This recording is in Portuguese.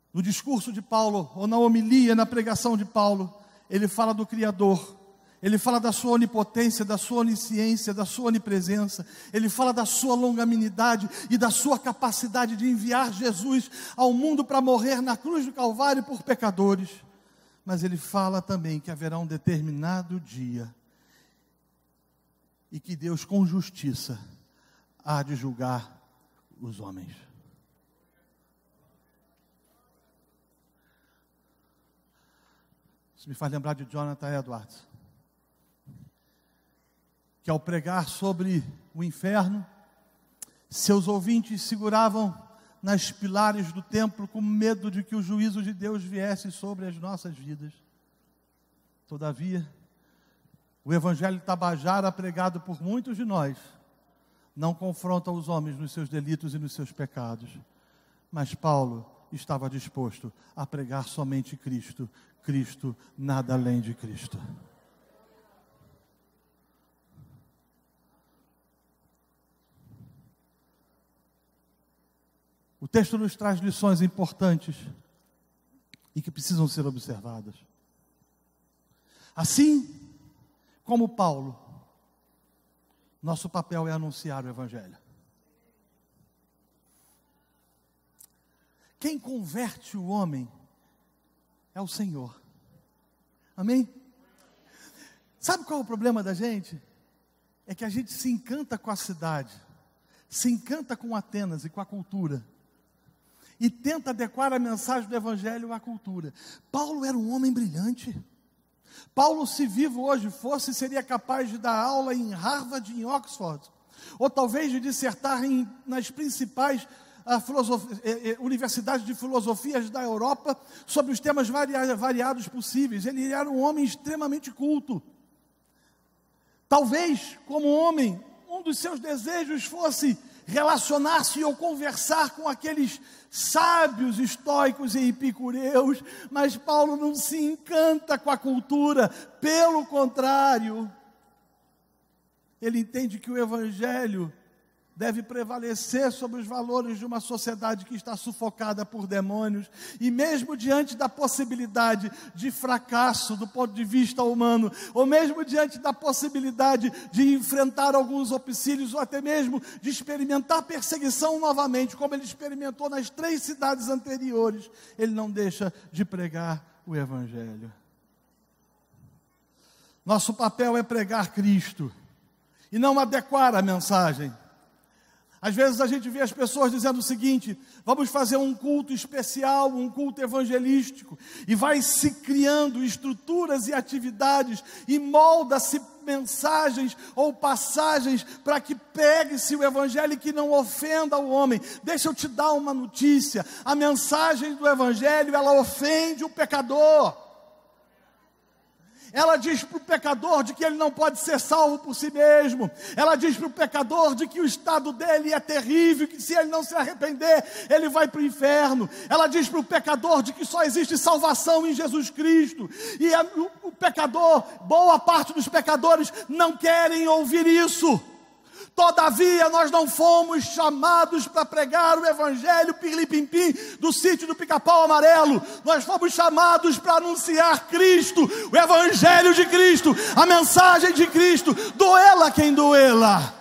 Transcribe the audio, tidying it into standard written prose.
No discurso de Paulo, ou na homilia, na pregação de Paulo, ele fala do Criador, ele fala da sua onipotência, da sua onisciência, da sua onipresença, ele fala da sua longanimidade e da sua capacidade de enviar Jesus ao mundo para morrer na cruz do Calvário por pecadores. Mas ele fala também que haverá um determinado dia e que Deus, com justiça, há de julgar os homens. Isso me faz lembrar de Jonathan Edwards, que ao pregar sobre o inferno, seus ouvintes seguravam nas pilares do templo com medo de que o juízo de Deus viesse sobre as nossas vidas. Todavia, o Evangelho Tabajara, pregado por muitos de nós, não confronta os homens nos seus delitos e nos seus pecados. Mas Paulo estava disposto a pregar somente Cristo, Cristo, nada além de Cristo. O texto nos traz lições importantes e que precisam ser observadas. Assim como Paulo, nosso papel é anunciar o Evangelho. Quem converte o homem é o Senhor. Amém? Sabe qual é o problema da gente? É que a gente se encanta com a cidade, se encanta com Atenas e com a cultura, e tenta adequar a mensagem do Evangelho à cultura. Paulo era um homem brilhante. Paulo, se vivo hoje fosse, seria capaz de dar aula em Harvard e em Oxford, ou talvez de dissertar nas principais universidades de filosofias da Europa sobre os temas variados possíveis. Ele era um homem extremamente culto. Talvez, como homem, um dos seus desejos fosse relacionar-se ou conversar com aqueles sábios, estoicos e epicureus, mas Paulo não se encanta com a cultura, pelo contrário, ele entende que o Evangelho deve prevalecer sobre os valores de uma sociedade que está sufocada por demônios, e mesmo diante da possibilidade de fracasso do ponto de vista humano, ou mesmo diante da possibilidade de enfrentar alguns empecilhos, ou até mesmo de experimentar perseguição novamente, como ele experimentou nas 3 cidades anteriores, ele não deixa de pregar o Evangelho. Nosso papel é pregar Cristo, e não adequar a mensagem. Às vezes a gente vê as pessoas dizendo o seguinte: vamos fazer um culto especial, um culto evangelístico, e vai se criando estruturas e atividades, e molda-se mensagens ou passagens para que pegue-se o Evangelho e que não ofenda o homem. Deixa eu te dar uma notícia: a mensagem do Evangelho, ela ofende o pecador. Ela diz para o pecador de que ele não pode ser salvo por si mesmo. Ela diz para o pecador de que o estado dele é terrível, que se ele não se arrepender, ele vai para o inferno. Ela diz para o pecador de que só existe salvação em Jesus Cristo. E o pecador, boa parte dos pecadores, não querem ouvir isso. Todavia, nós não fomos chamados para pregar o Evangelho pirlim-pim-pim do sítio do Pica-Pau Amarelo. Nós fomos chamados para anunciar Cristo, o Evangelho de Cristo, a mensagem de Cristo, doê-la quem doê-la.